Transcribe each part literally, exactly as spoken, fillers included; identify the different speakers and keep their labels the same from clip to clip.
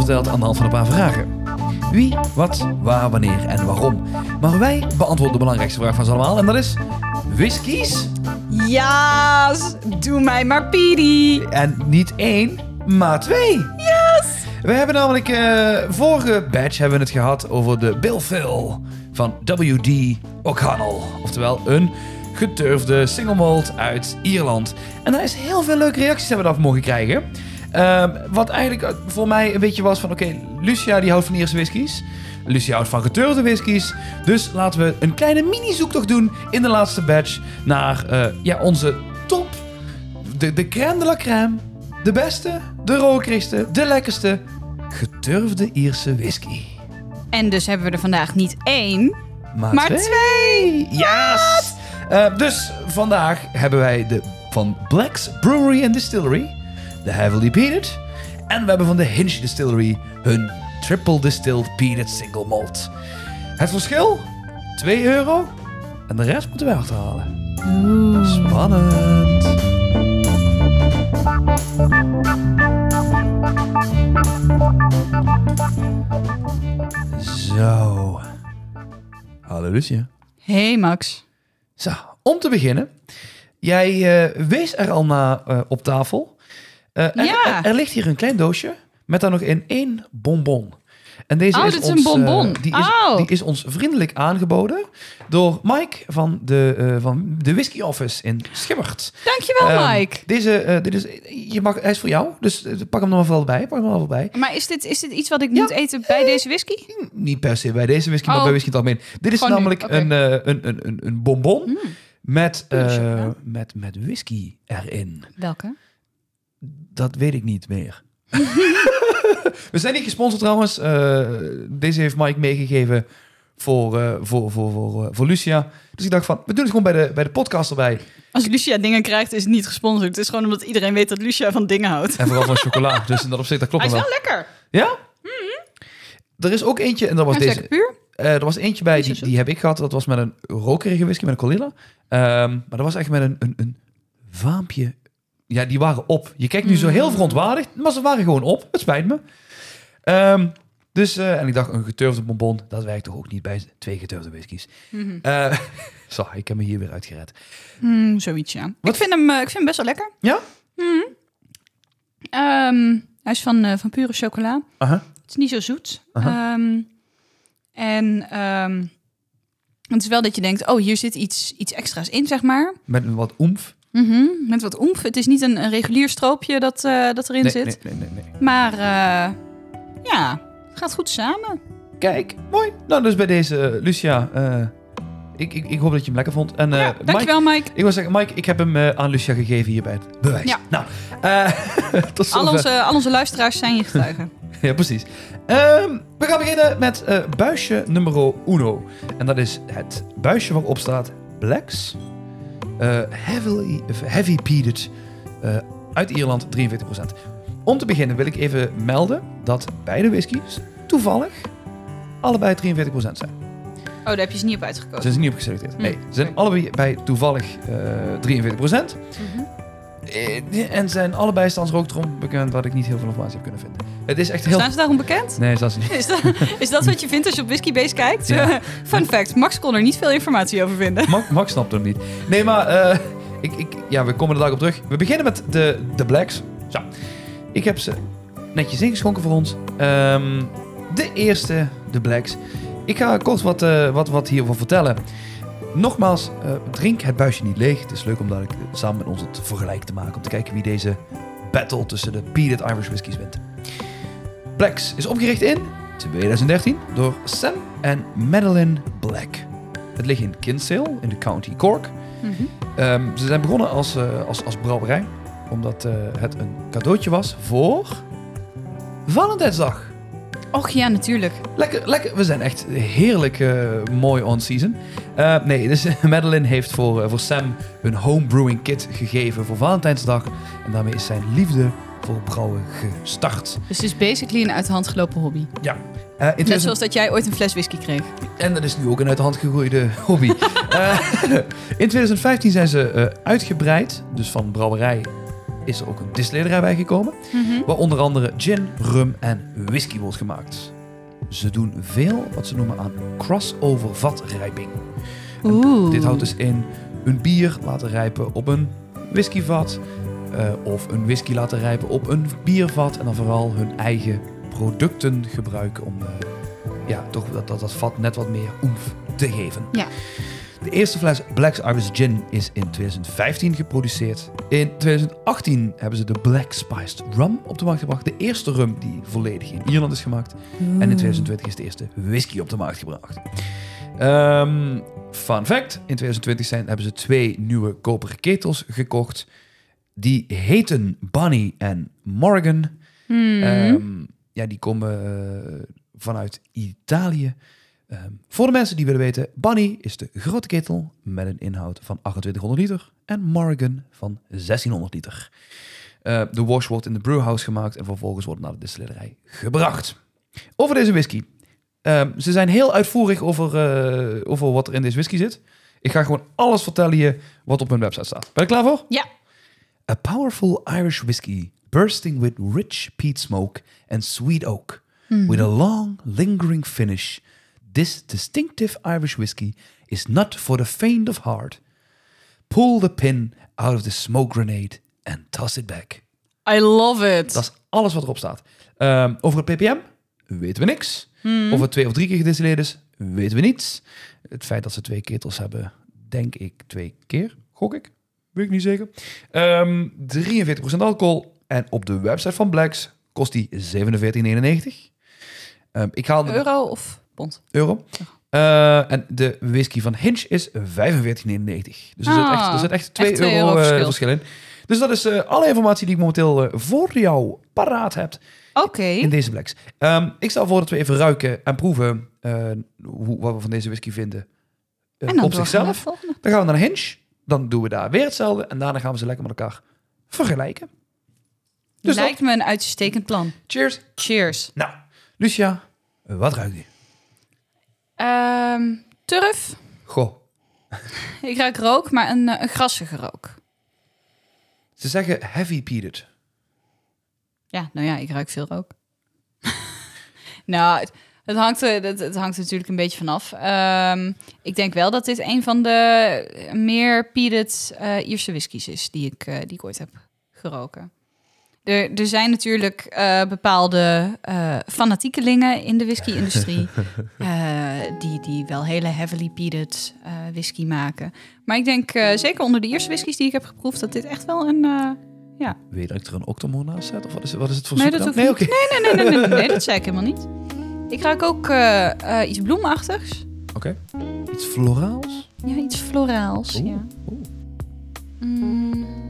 Speaker 1: verteld aan de hand van een paar vragen. Wie, wat, waar, wanneer en waarom. Maar wij beantwoorden de belangrijkste vraag van ze allemaal. En dat is... whiskies?
Speaker 2: Ja, doe mij maar Piri.
Speaker 1: En niet één, maar twee.
Speaker 2: Yes!
Speaker 1: We hebben namelijk... Uh, vorige batch hebben we het gehad over de Bill Fill van W D O'Connell. Oftewel een geturfde single malt uit Ierland. En daar is heel veel leuke reacties hebben we af mogen krijgen. Uh, wat eigenlijk voor mij een beetje was van... Oké, okay, Lucia die houdt van Ierse whiskies. Lucia houdt van geturfde whiskies. Dus laten we een kleine mini-zoektocht doen in de laatste batch... naar uh, ja, onze top. De, de crème de la crème. De beste, de rokerigste, de lekkerste... geturfde Ierse whisky.
Speaker 2: En dus hebben we er vandaag niet één...
Speaker 1: maar,
Speaker 2: maar
Speaker 1: twee.
Speaker 2: twee.
Speaker 1: Yes! Uh, dus vandaag hebben wij de van Black's Brewery and Distillery... de Heavily Peated. En we hebben van de Hinch Distillery hun Triple Distilled Peated Single Malt. Het verschil? twee euro. En de rest moeten wij achterhalen.
Speaker 2: Oeh.
Speaker 1: Spannend. Zo. Hallo Lucia.
Speaker 2: Hey Max.
Speaker 1: Zo, om te beginnen. Jij uh, wees er al naar uh, op tafel. Uh, er,
Speaker 2: Ja.
Speaker 1: er, er ligt hier een klein doosje met daar nog in één bonbon. En deze
Speaker 2: Oh,
Speaker 1: is
Speaker 2: dit is
Speaker 1: ons,
Speaker 2: een bonbon.
Speaker 1: Uh, die, is,
Speaker 2: Oh.
Speaker 1: die is ons vriendelijk aangeboden door Mike van de, uh, van de Whisky Office in Schimmert.
Speaker 2: Dankjewel,
Speaker 1: Um,
Speaker 2: Mike.
Speaker 1: Deze, uh, dit is, je mag, hij is voor jou, dus uh, pak hem nog wel bij. Pak hem nog wel bij.
Speaker 2: Maar is dit, is dit iets wat ik
Speaker 1: Ja.
Speaker 2: moet eten bij deze whisky?
Speaker 1: Niet per se bij deze whisky, maar
Speaker 2: Oh.
Speaker 1: bij whisky in het algemeen. Dit is
Speaker 2: Gewoon nu,
Speaker 1: namelijk
Speaker 2: oké.
Speaker 1: een, uh, een, een, een, een bonbon
Speaker 2: Mm.
Speaker 1: met, uh,
Speaker 2: Goeie chocola.
Speaker 1: met, met whisky erin.
Speaker 2: Welke?
Speaker 1: Dat weet ik niet meer. We zijn niet gesponsord trouwens. Uh, deze heeft Mike meegegeven voor, uh, voor, voor, voor, uh, voor Lucia. Dus ik dacht van, we doen het gewoon bij de, bij de podcast erbij.
Speaker 2: Als Lucia dingen krijgt, is het niet gesponsord. Het is gewoon omdat iedereen weet dat Lucia van dingen houdt.
Speaker 1: En vooral van chocola. Dus in dat opzicht, dat klopt
Speaker 2: Hij is
Speaker 1: wel.
Speaker 2: wel lekker.
Speaker 1: Ja? Mm-hmm. Er is ook eentje, en dat was
Speaker 2: Hij is
Speaker 1: deze.
Speaker 2: lekker puur.
Speaker 1: Uh, er was eentje bij,
Speaker 2: Niet zo
Speaker 1: die,
Speaker 2: zoet.
Speaker 1: die heb ik gehad. Dat was met een rokerige whisky, met een Colilla. Um, maar dat was echt met een, een, een vaampje. Ja, die waren op. Je kijkt nu zo heel verontwaardigd, maar ze waren gewoon op. Het spijt me. Um, dus, uh, en ik dacht, een geturfde bonbon, dat werkt toch ook niet bij twee geturfde whiskies.
Speaker 2: Mm-hmm.
Speaker 1: Uh, zo, ik heb me hier weer uitgered.
Speaker 2: Mm, zoiets, ja.
Speaker 1: Wat?
Speaker 2: Ik vind, hem, uh, ik vind hem best wel lekker.
Speaker 1: Ja?
Speaker 2: Mm. Um, hij is van, uh, van pure chocola.
Speaker 1: Aha.
Speaker 2: Het is niet zo zoet.
Speaker 1: Aha.
Speaker 2: Um, en um, het is wel dat je denkt, oh, hier zit iets, iets extra's in, zeg maar.
Speaker 1: Met een wat oemf.
Speaker 2: Mm-hmm, met wat oemf. Het is niet een, een regulier stroopje dat, uh, dat erin
Speaker 1: Nee,
Speaker 2: zit.
Speaker 1: nee, nee, nee, nee.
Speaker 2: Maar uh, ja, het gaat goed samen.
Speaker 1: Kijk, mooi. Nou, dus bij deze, uh, Lucia, uh, ik, ik, ik hoop dat je hem lekker vond. En, uh,
Speaker 2: ja, dankjewel, Mike.
Speaker 1: Mike. Ik wil zeggen, Mike, ik heb hem uh, aan Lucia gegeven hier bij het bewijs.
Speaker 2: Ja.
Speaker 1: Nou, uh, tot zover.
Speaker 2: Al onze, al onze luisteraars zijn je getuigen.
Speaker 1: Ja, precies. Um, we gaan beginnen met uh, buisje nummer uno. En dat is het buisje waarop staat Black's uh, heavily, Heavy Peated uh, uit Ierland, drieënveertig procent. Om te beginnen wil ik even melden dat beide whiskies toevallig allebei drieënveertig procent zijn.
Speaker 2: Oh, daar heb je ze niet op uitgekozen.
Speaker 1: Ze zijn niet op geselecteerd.
Speaker 2: Hm.
Speaker 1: Nee, ze zijn allebei bij toevallig uh, drieënveertig procent.
Speaker 2: Mm-hmm.
Speaker 1: En zijn allebei staan ze er ook erom bekend wat ik niet heel veel informatie heb kunnen vinden. Het is echt heel...
Speaker 2: Staan ze daarom bekend?
Speaker 1: Nee, dat is niet.
Speaker 2: Is dat, is dat wat je vindt als je op Whiskybase kijkt?
Speaker 1: Ja.
Speaker 2: Fun fact, Max kon er niet veel informatie over vinden.
Speaker 1: Max, Max snapt hem niet. Nee, maar uh, ik, ik, ja, we komen er daar op terug. We beginnen met de, de Blacks. Zo. Ik heb ze netjes ingeschonken voor ons. Um, de eerste, de Blacks. Ik ga kort wat, uh, wat, wat hiervan vertellen. Nogmaals, uh, drink het buisje niet leeg. Het is leuk om daar samen met ons het vergelijk te maken. Om te kijken wie deze battle tussen de Peated Irish whiskies wint. Blacks is opgericht in twintig dertien door Sam en Madeline Black. Het ligt in Kinsale in de county Cork.
Speaker 2: Mm-hmm.
Speaker 1: Um, ze zijn begonnen als, uh, als, als brouwerij. Omdat uh, het een cadeautje was voor Valentijnsdag.
Speaker 2: Och ja, natuurlijk.
Speaker 1: Lekker, lekker. We zijn echt heerlijk uh, mooi on-season. Uh, nee, dus Madeline heeft voor, uh, voor Sam een homebrewing kit gegeven voor Valentijnsdag. En daarmee is zijn liefde voor brouwen gestart.
Speaker 2: Dus het is basically een uit de hand gelopen hobby.
Speaker 1: Ja. Uh, in
Speaker 2: Net
Speaker 1: twintig
Speaker 2: zoals dat jij ooit een fles whisky kreeg.
Speaker 1: En dat is nu ook een uit de hand gegroeide hobby. uh, in twintig vijftien zijn ze uh, uitgebreid. Dus van brouwerij is er ook een distillerij bijgekomen.
Speaker 2: Mhm.
Speaker 1: Waar onder andere gin, rum en whisky wordt gemaakt. Ze doen veel wat ze noemen aan crossover vatrijping. En
Speaker 2: Oeh.
Speaker 1: dit houdt dus in een bier laten rijpen op een whiskyvat. Uh, of een whisky laten rijpen op een biervat. En dan vooral hun eigen producten gebruiken om uh, ja, toch dat, dat, dat vat net wat meer oemf te geven.
Speaker 2: Ja.
Speaker 1: De eerste fles Black's Irish Gin is in twintig vijftien geproduceerd. In twintig achttien hebben ze de Black Spiced Rum op de markt gebracht. De eerste rum die volledig in Ierland is gemaakt.
Speaker 2: Oeh.
Speaker 1: En in twintig twintig is de eerste whisky op de markt gebracht. Um, fun fact, in twintig twintig zijn, hebben ze twee nieuwe koperen ketels gekocht. Die heten Bunny en Morgan.
Speaker 2: Hmm.
Speaker 1: Um, ja, die komen uh, vanuit Italië. Um, voor de mensen die willen weten, Bunny is de grote ketel met een inhoud van achtentwintighonderd liter en Morgan van zestienhonderd liter. Uh, de wash wordt in de brewhouse gemaakt en vervolgens wordt het naar de distillerij gebracht. Over deze whisky. Um, ze zijn heel uitvoerig over, uh, over wat er in deze whisky zit. Ik ga gewoon alles vertellen je wat op hun website staat. Ben je klaar voor?
Speaker 2: Ja.
Speaker 1: A powerful Irish whiskey bursting with rich peat smoke and sweet oak.
Speaker 2: Hmm.
Speaker 1: With a long, lingering finish. This distinctive Irish whiskey is not for the faint of heart. Pull the pin out of the smoke grenade and toss it back.
Speaker 2: I love it.
Speaker 1: Dat is alles wat erop staat. Um, over het ppm weten we niks.
Speaker 2: Hmm.
Speaker 1: Of het twee of drie keer gedistilleerd is, weten we niets. Het feit dat ze twee ketels hebben, denk ik twee keer, gok ik. Weet ik niet zeker. Um, drieënveertig procent alcohol. En op de website van Black's kost die zevenenveertig negenennegentig. Um, ik haal de
Speaker 2: Euro of pond?
Speaker 1: euro. Uh, en de whisky van Hinch is vijfenveertig negenennegentig. Dus er zit echt, er zit echt twee
Speaker 2: twee
Speaker 1: euro,
Speaker 2: euro
Speaker 1: uh,
Speaker 2: verschil.
Speaker 1: verschil in. Dus dat is uh, alle informatie die ik momenteel uh, voor jou paraat heb.
Speaker 2: Oké. Okay.
Speaker 1: In deze Black's. Um, ik stel voor dat we even ruiken en proeven uh, hoe, wat we van deze whisky vinden. Uh,
Speaker 2: en dan
Speaker 1: op zichzelf. Dan gaan we naar Hinch. Dan doen we daar weer hetzelfde. En daarna gaan we ze lekker met elkaar vergelijken.
Speaker 2: Dus lijkt dat... me een uitstekend plan.
Speaker 1: Cheers.
Speaker 2: Cheers.
Speaker 1: Nou, Lucia, wat ruikt je?
Speaker 2: Um, turf.
Speaker 1: Goh.
Speaker 2: Ik ruik rook, maar een, een grassige rook.
Speaker 1: Ze zeggen heavy peated.
Speaker 2: Ja, nou ja, ik ruik veel rook. nou, het, het, hangt er, het, het hangt er natuurlijk een beetje vanaf. Um, ik denk wel dat dit een van de meer peated uh, Ierse whiskies is die ik, uh, die ik ooit heb geroken. Er, er zijn natuurlijk uh, bepaalde uh, fanatiekelingen in de whisky-industrie uh, die, die wel hele heavily peated uh, whisky maken. Maar ik denk uh, zeker onder de Ierse whiskies die ik heb geproefd dat dit echt wel een... Uh, ja.
Speaker 1: Weet je dat ik er een octomore naast zet? Of wat is, wat is het voor
Speaker 2: nee,
Speaker 1: zoek
Speaker 2: dat
Speaker 1: dan?
Speaker 2: hoeft
Speaker 1: Nee,
Speaker 2: niet.
Speaker 1: okay.
Speaker 2: nee, nee, nee, nee, nee, nee, dat zei ik helemaal niet. Ik ruik ook uh, uh, iets bloemachtigs.
Speaker 1: Oké. Okay. Iets floraals?
Speaker 2: Ja, iets floraals.
Speaker 1: Oeh,
Speaker 2: ja.
Speaker 1: oeh.
Speaker 2: Mm.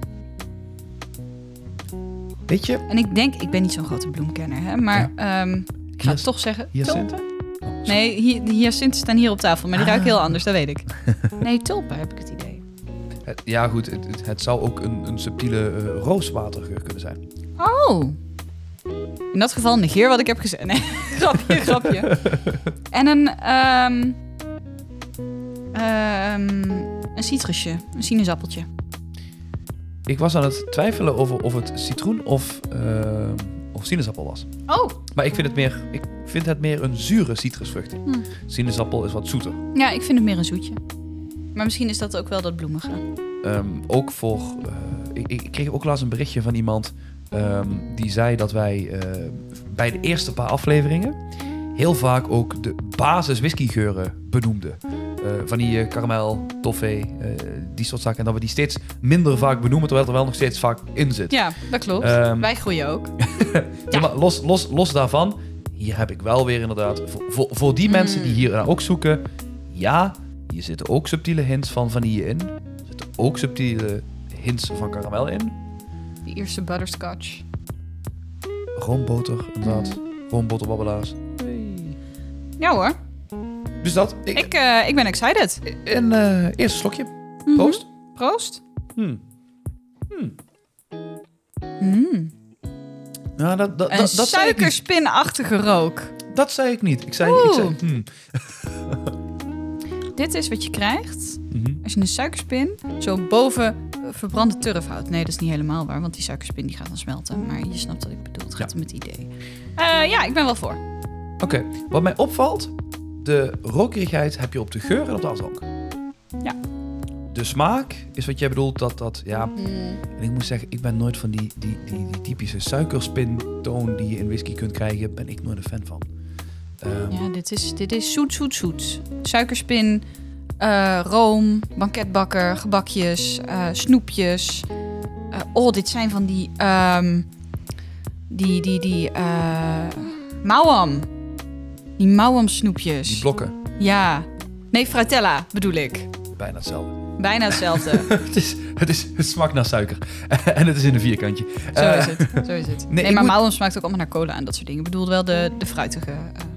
Speaker 1: Weet je?
Speaker 2: En ik denk, ik ben niet zo'n grote bloemkenner, hè, maar ja. um, ik ga
Speaker 1: Hyas-
Speaker 2: het toch zeggen.
Speaker 1: Hyacinthe?
Speaker 2: Oh, nee, hi- de hyacinten staan hier op tafel, maar die
Speaker 1: ah.
Speaker 2: ruiken heel anders, dat weet ik. Nee, tulpen heb ik het idee.
Speaker 1: Het, ja, goed. Het, het, het zou ook een, een subtiele uh, rooswatergeur kunnen zijn.
Speaker 2: Oh. In dat geval negeer wat ik heb gezegd. Nee, grapje, grapje. En een, um, um, een citrusje, een sinaasappeltje.
Speaker 1: Ik was aan het twijfelen over of het citroen of, uh, of sinaasappel was.
Speaker 2: Oh.
Speaker 1: Maar ik vind het meer, ik vind het meer een zure citrusvrucht.
Speaker 2: Hm.
Speaker 1: Sinaasappel is wat zoeter.
Speaker 2: Ja, ik vind het meer een zoetje. Maar misschien is dat ook wel dat bloemige.
Speaker 1: Um, ook voor... Uh, ik, ik kreeg ook laatst een berichtje van iemand... Um, die zei dat wij uh, bij de eerste paar afleveringen... heel vaak ook de basis whiskygeuren benoemden. Uh, vanille, karamel, toffee, uh, die soort zaken. En dat we die steeds minder vaak benoemen... terwijl het er wel nog steeds vaak in zit.
Speaker 2: Ja, dat klopt. Um, wij groeien ook.
Speaker 1: ja. Ja, maar los, los, los daarvan... hier heb ik wel weer inderdaad... voor, voor, voor die mm. mensen die hier ook zoeken... ja, hier zitten ook subtiele hints van vanille in... Er zitten ook subtiele hints van karamel in.
Speaker 2: Die Ierse butterscotch.
Speaker 1: Roomboter, inderdaad. Mm. Roomboterbabbelaars.
Speaker 2: Hey. Ja hoor.
Speaker 1: Dus dat.
Speaker 2: Ik, ik, uh, ik ben excited.
Speaker 1: Een uh, eerste slokje.
Speaker 2: Mm-hmm.
Speaker 1: Proost.
Speaker 2: Proost.
Speaker 1: Hmm. Hmm.
Speaker 2: Mm.
Speaker 1: Nou, dat, dat,
Speaker 2: een
Speaker 1: dat, dat
Speaker 2: suikerspinachtige rook.
Speaker 1: Dat zei ik niet. Ik zei... Ik zei hmm.
Speaker 2: Dit is wat je krijgt
Speaker 1: mm-hmm.
Speaker 2: als je een suikerspin zo boven verbrande turfhout. Nee, dat is niet helemaal waar, want die suikerspin die gaat dan smelten. Maar je snapt wat ik bedoel. Het gaat
Speaker 1: Ja.
Speaker 2: om het idee. Uh, ja, ik ben wel voor.
Speaker 1: Oké, okay. Wat mij opvalt, de rokerigheid heb je op de geur en op de afdronk.
Speaker 2: Ja.
Speaker 1: De smaak is wat jij bedoelt, dat dat, ja...
Speaker 2: Mm.
Speaker 1: En ik moet zeggen, ik ben nooit van die, die, die, die typische suikerspintoon die je in whisky kunt krijgen, ben ik nooit een fan van. Um,
Speaker 2: ja, dit is, dit is zoet, zoet, zoet. Suikerspin, uh, room, banketbakker, gebakjes, uh, snoepjes. Uh, oh, dit zijn van die... Um, die, die, die... Uh, Mauwam. Die Mauwam snoepjes.
Speaker 1: Die blokken.
Speaker 2: Ja. Nee, Fruitella bedoel ik.
Speaker 1: Bijna hetzelfde.
Speaker 2: Bijna hetzelfde.
Speaker 1: het, is, het, is, het smaakt naar suiker. En het is in een vierkantje.
Speaker 2: Zo
Speaker 1: Uh,
Speaker 2: is het. Zo is het.
Speaker 1: Nee,
Speaker 2: nee maar
Speaker 1: moet...
Speaker 2: Mauwam smaakt ook allemaal naar cola en dat soort dingen. Ik bedoel wel de, de fruitige... Uh...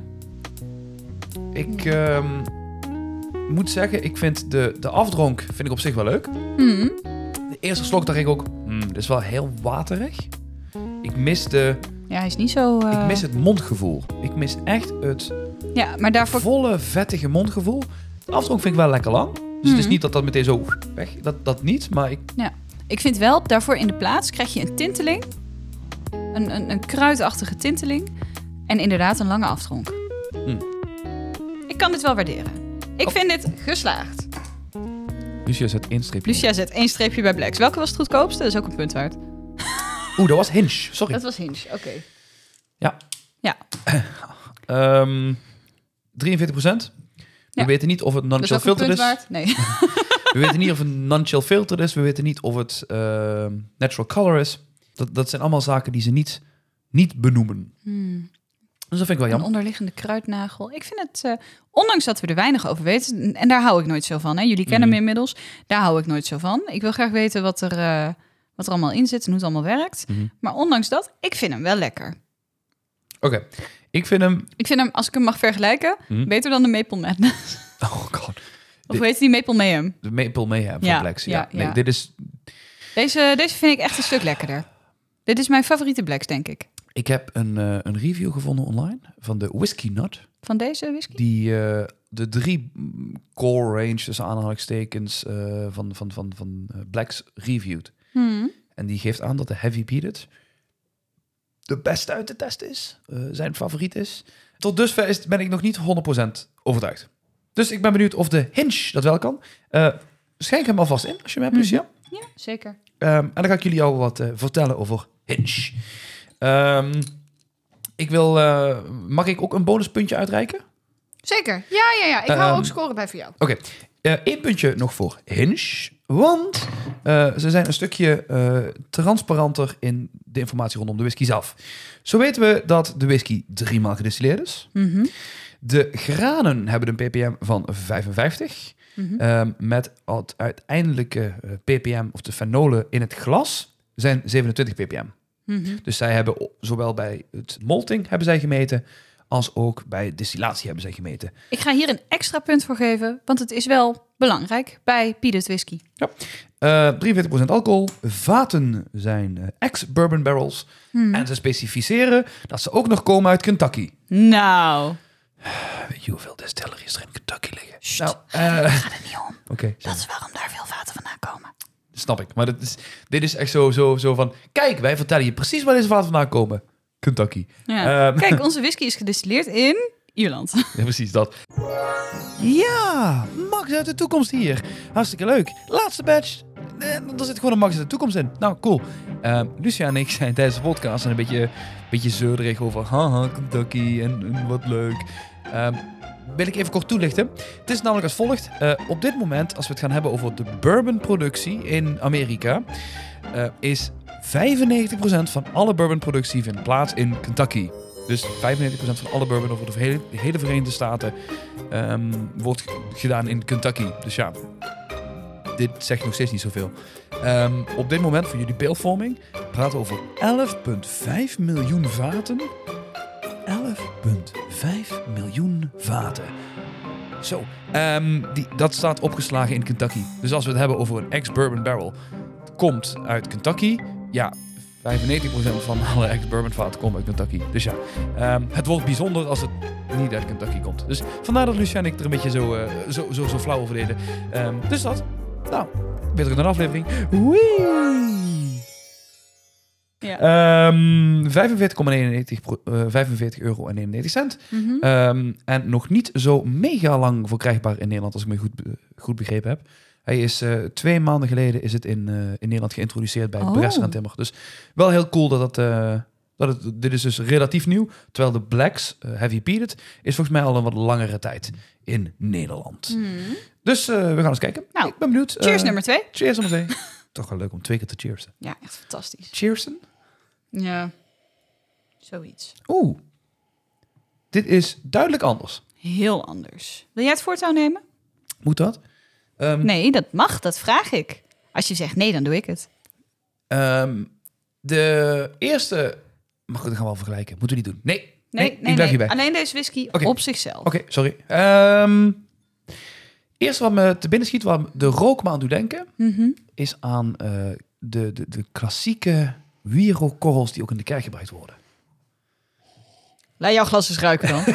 Speaker 1: Ik um, moet zeggen, ik vind de, de afdronk vind ik op zich wel leuk.
Speaker 2: Mm.
Speaker 1: De eerste slok dacht ik ook, hmm, dit is wel heel waterig. Ik mis de...
Speaker 2: Ja, hij is niet zo... Uh...
Speaker 1: Ik mis het mondgevoel. Ik mis echt het
Speaker 2: ja, maar daarvoor...
Speaker 1: volle, vettige mondgevoel. De afdronk vind ik wel lekker lang. Dus mm. het is niet dat dat meteen zo weg... Dat, dat niet, maar ik...
Speaker 2: Ja, ik vind wel, daarvoor in de plaats krijg je een tinteling. Een, een, een kruidachtige tinteling. En inderdaad een lange afdronk.
Speaker 1: Mm.
Speaker 2: Ik kan dit wel waarderen. Ik
Speaker 1: oh.
Speaker 2: vind dit geslaagd.
Speaker 1: Lucia zet één streepje.
Speaker 2: Lucia zet één streepje bij Blacks. Welke was het goedkoopste? Dat is ook een punt waard.
Speaker 1: Oeh, dat was Hinge. Sorry.
Speaker 2: Dat was Hinge, oké. Okay.
Speaker 1: Ja.
Speaker 2: Ja.
Speaker 1: um, drieënveertig procent. We ja. weten niet of het non-chill filter is.
Speaker 2: Waard? Nee.
Speaker 1: We weten niet of het non-chill filter is. We weten niet of het uh, natural color is. Dat, dat zijn allemaal zaken die ze niet, niet benoemen.
Speaker 2: Hmm.
Speaker 1: Dus dat vind ik wel jammer.
Speaker 2: Een onderliggende kruidnagel. Ik vind het, uh, ondanks dat we er weinig over weten... en daar hou ik nooit zo van. Hè? Jullie kennen mm. me inmiddels. Daar hou ik nooit zo van. Ik wil graag weten wat er, uh, wat er allemaal in zit en hoe het allemaal werkt. Mm-hmm. Maar ondanks dat, ik vind hem wel lekker.
Speaker 1: Oké, okay. ik vind hem...
Speaker 2: Ik vind hem, als ik hem mag vergelijken, mm. beter dan de Maple Madness.
Speaker 1: Oh god.
Speaker 2: Of dit... hoe heet die? Maple Mayhem?
Speaker 1: De Maple Mayhem van
Speaker 2: ja,
Speaker 1: Blacks.
Speaker 2: Ja,
Speaker 1: ja. Nee,
Speaker 2: ja.
Speaker 1: Dit is...
Speaker 2: Deze, deze vind ik echt een stuk lekkerder. Dit is mijn favoriete Blacks, denk ik.
Speaker 1: Ik heb een, uh, een review gevonden online van de Whiskey Nut.
Speaker 2: Van deze whisky?
Speaker 1: Die uh, de drie core range, tussen aanhalingstekens, uh, van, van, van, van uh, Blacks reviewed.
Speaker 2: Hmm.
Speaker 1: En die geeft aan dat de Heavy Peated de beste uit de test is. Uh, zijn favoriet is. Tot dusver is, ben ik nog niet honderd procent overtuigd. Dus ik ben benieuwd of de Hinge dat wel kan. Uh, schenk hem alvast in, als je hem hebt, Lucia.
Speaker 2: Ja, zeker.
Speaker 1: Um, en dan ga ik jullie al wat uh, vertellen over Hinge. Um, ik wil... Uh, mag ik ook een bonuspuntje uitreiken?
Speaker 2: Zeker. Ja, ja, ja. Ik hou um, ook scoren bij voor jou.
Speaker 1: Oké. Okay. Uh, Eén puntje nog voor Hinge. Want uh, ze zijn een stukje uh, transparanter in de informatie rondom de whisky zelf. Zo weten we dat de whisky driemaal gedistilleerd is.
Speaker 2: Mm-hmm.
Speaker 1: De granen hebben een ppm van vijfenvijftig. Mm-hmm. Um, met het uiteindelijke uh, ppm, of de fenolen in het glas, zijn zevenentwintig ppm.
Speaker 2: Mm-hmm.
Speaker 1: Dus zij hebben zowel bij het malting hebben zij gemeten, als ook bij distillatie hebben zij gemeten.
Speaker 2: Ik ga hier een extra punt voor geven, want het is wel belangrijk bij peated whisky.
Speaker 1: Ja. Uh, drieënveertig procent alcohol. Vaten zijn uh, ex-bourbon barrels. Hmm. En ze specificeren dat ze ook nog komen uit Kentucky.
Speaker 2: Nou.
Speaker 1: Weet je hoeveel distilleries er in Kentucky liggen?
Speaker 2: Sst,
Speaker 1: nou, uh,
Speaker 2: daar gaat het niet om.
Speaker 1: Okay,
Speaker 2: dat is waarom daar veel vaten vandaan komen.
Speaker 1: Snap ik. Maar dit is, dit is echt zo, zo, zo van... Kijk, wij vertellen je precies waar deze vaten vandaan komen. Kentucky.
Speaker 2: Ja.
Speaker 1: Um,
Speaker 2: Kijk, onze whisky is gedistilleerd in Ierland.
Speaker 1: Ja, precies dat. Ja, Max uit de toekomst hier. Hartstikke leuk. Laatste batch. Er zit gewoon een Max uit de toekomst in. Nou, cool. Uh, Lucia en ik zijn tijdens de podcast een beetje, beetje zeurderig over... Haha, Kentucky en, en wat leuk. Um, wil ik even kort toelichten. Het is namelijk als volgt. Uh, op dit moment, als we het gaan hebben over de bourbonproductie in Amerika... Uh, is vijfennegentig procent van alle bourbonproductie vindt plaats in Kentucky. Dus vijfennegentig procent van alle bourbon over de hele, de hele Verenigde Staten um, wordt g- gedaan in Kentucky. Dus ja, dit zegt nog steeds niet zoveel. Um, op dit moment, voor jullie beeldvorming, praten we over elf komma vijf miljoen vaten. elf komma vijf miljoen vaten. Zo, um, die, dat staat opgeslagen in Kentucky. Dus als we het hebben over een ex-bourbon barrel, komt uit Kentucky, ja... vijfennegentig procent van alle ex-bourbon vaten komen uit Kentucky. Dus ja, um, het wordt bijzonder als het niet uit Kentucky komt. Dus vandaar dat Lucia en ik er een beetje zo, uh, zo, zo, zo flauw over deden. Um, dus dat. Nou, weer terug naar de aflevering. Wee!
Speaker 2: Ja.
Speaker 1: Um, vijfenveertig komma negenennegentig pro- uh, vijfenveertig euro en negenennegentig cent.
Speaker 2: Mm-hmm.
Speaker 1: Um, en nog niet zo mega lang verkrijgbaar in Nederland, als ik me goed, uh, goed begrepen heb. Hij is uh, twee maanden geleden is het in, uh, in Nederland geïntroduceerd bij
Speaker 2: Oh.
Speaker 1: Bresser en Timmer. Dus wel heel cool dat het, uh, dat het... Dit is dus relatief nieuw. Terwijl de Blacks, uh, Heavy Peated, is volgens mij al een wat langere tijd in Nederland.
Speaker 2: Mm.
Speaker 1: Dus uh, we gaan eens kijken.
Speaker 2: Nou,
Speaker 1: Ik ben benieuwd.
Speaker 2: Cheers
Speaker 1: Uh,
Speaker 2: nummer twee.
Speaker 1: Cheers nummer twee. Toch wel leuk om twee keer te cheersen.
Speaker 2: Ja, echt fantastisch.
Speaker 1: Cheersen?
Speaker 2: Ja, zoiets.
Speaker 1: Oeh. Dit is duidelijk anders.
Speaker 2: Heel anders. Wil jij het voortouw nemen?
Speaker 1: Moet dat? Um,
Speaker 2: Nee, dat mag, dat vraag ik. Als je zegt nee, dan doe ik het.
Speaker 1: Um, de eerste... Maar goed, dat gaan we wel vergelijken. Moeten we niet doen. Nee, nee,
Speaker 2: Nee,
Speaker 1: ik
Speaker 2: nee,
Speaker 1: blijf
Speaker 2: nee.
Speaker 1: hierbij.
Speaker 2: Alleen deze whisky
Speaker 1: Oké.
Speaker 2: op zichzelf.
Speaker 1: Oké, okay, sorry. Um, eerst wat me te binnen schiet, wat de rook me aan doet denken,
Speaker 2: Mm-hmm.
Speaker 1: is aan uh, de, de, de klassieke wierookkorrels die ook in de kerk gebruikt worden.
Speaker 2: Laat jouw glas eens ruiken dan.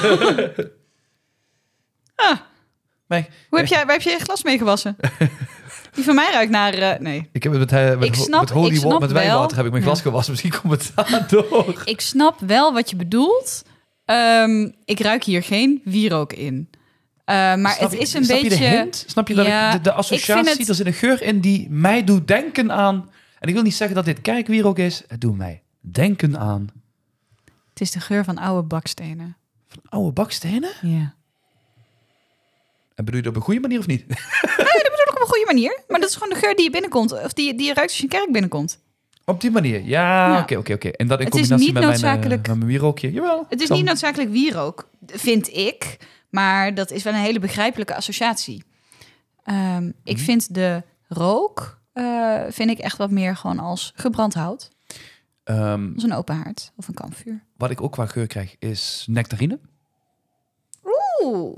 Speaker 2: ah,
Speaker 1: Nee,
Speaker 2: hoe heb jij, waar heb je je glas mee gewassen? Die van mij ruikt naar... Uh, nee.
Speaker 1: ik heb het met, uh, met,
Speaker 2: Ik snap-
Speaker 1: met holy
Speaker 2: ik snap
Speaker 1: water, met
Speaker 2: wel-
Speaker 1: wijnwater heb ik mijn glas
Speaker 2: Ja.
Speaker 1: gewassen. Misschien komt het daardoor.
Speaker 2: Ik snap wel wat je bedoelt. Um, ik ruik hier geen wierook in. Uh, maar
Speaker 1: Snap
Speaker 2: het
Speaker 1: je-
Speaker 2: is een
Speaker 1: snap
Speaker 2: beetje...
Speaker 1: je de hint? Snap je dat
Speaker 2: Ja,
Speaker 1: ik de, de
Speaker 2: ik
Speaker 1: associatie,
Speaker 2: vind het-
Speaker 1: er zit een geur in die mij doet denken aan... En ik wil niet zeggen dat dit kerkwierook is. Het doet mij denken aan
Speaker 2: Het is de geur van oude bakstenen.
Speaker 1: van oude bakstenen.
Speaker 2: Ja.
Speaker 1: En bedoel je dat op een goede manier of niet?
Speaker 2: Op een goede manier. Maar dat is gewoon de geur die je binnenkomt. Of die, die je ruikt als je een kerk binnenkomt.
Speaker 1: Op die manier, ja,
Speaker 2: Ja.
Speaker 1: oké, oké, oké. En dat in
Speaker 2: Het is
Speaker 1: combinatie
Speaker 2: niet
Speaker 1: met mijn, uh,
Speaker 2: noodzakelijk-
Speaker 1: met mijn wierookje. Jawel.
Speaker 2: Het is
Speaker 1: kan.
Speaker 2: niet noodzakelijk wierook, vind ik. Maar dat is wel een hele begrijpelijke associatie. Um, ik
Speaker 1: Mhm.
Speaker 2: vind de rook... Uh, vind ik echt wat meer gewoon als gebrand hout.
Speaker 1: Um,
Speaker 2: Als een open haard of een kampvuur.
Speaker 1: wat ik ook qua geur krijg is nectarine.
Speaker 2: Oeh.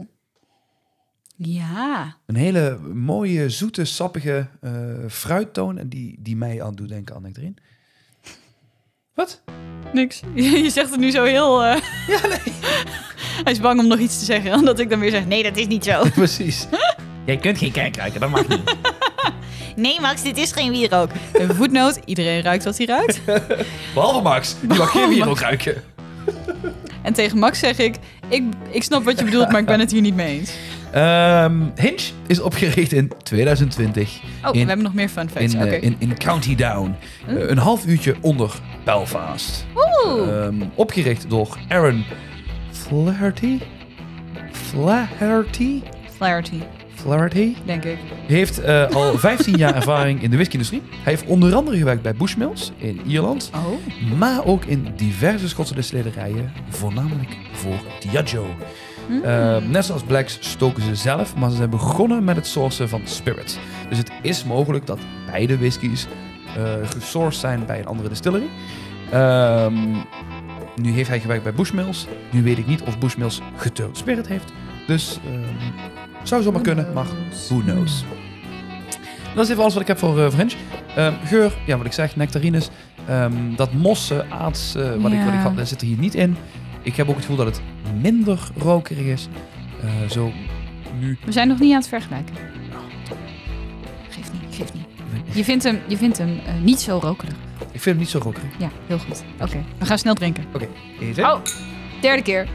Speaker 2: Ja.
Speaker 1: Een hele mooie, zoete, sappige uh, fruittoon. En die, die mij aan doet denken aan nectarine. Wat?
Speaker 2: Niks. Je zegt het nu zo heel... Uh...
Speaker 1: Ja, nee.
Speaker 2: Hij is bang om nog iets te zeggen. Omdat ik dan weer zeg, nee, dat is niet zo.
Speaker 1: Precies. Jij kunt geen kerk ruiken, dat mag niet.
Speaker 2: Nee, Max, dit is geen wierook. Een voetnoot, iedereen ruikt wat hij ruikt.
Speaker 1: Behalve Max, die mag geen wierook ruiken.
Speaker 2: En tegen Max zeg ik, ik, ik snap wat je bedoelt, maar ik ben het hier niet mee eens.
Speaker 1: Um, Hinge is opgericht in tweeduizend twintig
Speaker 2: Oh,
Speaker 1: In-
Speaker 2: we hebben nog meer fun facts.
Speaker 1: in,
Speaker 2: Oké.
Speaker 1: uh, in, in County Down. Uh, een half uurtje onder Belfast.
Speaker 2: Oeh.
Speaker 1: Um, opgericht door Aaron Flaherty. Flaherty?
Speaker 2: Clarity,
Speaker 1: Flaherty?
Speaker 2: denk ik.
Speaker 1: Heeft uh, al vijftien jaar ervaring in de whisky-industrie. Hij heeft onder andere gewerkt bij Bushmills in Ierland.
Speaker 2: Oh.
Speaker 1: Maar ook in diverse Schotse distilerijen. Voornamelijk voor Diageo.
Speaker 2: Mm.
Speaker 1: Uh, net zoals Blacks stoken ze zelf, maar ze zijn begonnen met het sourcen van spirits. Dus het is mogelijk dat beide whiskies uh, gesourced zijn bij een andere distillery. Um, nu heeft hij gewerkt bij Bushmills. Nu weet ik niet of Bushmills geturnd spirit heeft. Dus um, zou zomaar kunnen, maar who knows. Dat is even alles wat ik heb voor, uh, voor Hinge. Um, geur, ja wat ik zeg, nectarines. Um, dat mossen, aards, uh, wat,
Speaker 2: Ja.
Speaker 1: ik, wat ik had, dat zit er hier niet in. Ik heb ook het gevoel dat het minder rokerig is. Uh, zo nu.
Speaker 2: We zijn nog niet aan het vergelijken. Geeft niet, geeft niet. Je vindt hem, je vindt hem uh, niet zo rokerig.
Speaker 1: Ik vind hem niet zo rokerig.
Speaker 2: Ja, heel goed. Oké, okay. We gaan snel drinken.
Speaker 1: Oké, okay. Even.
Speaker 2: Oh, derde keer.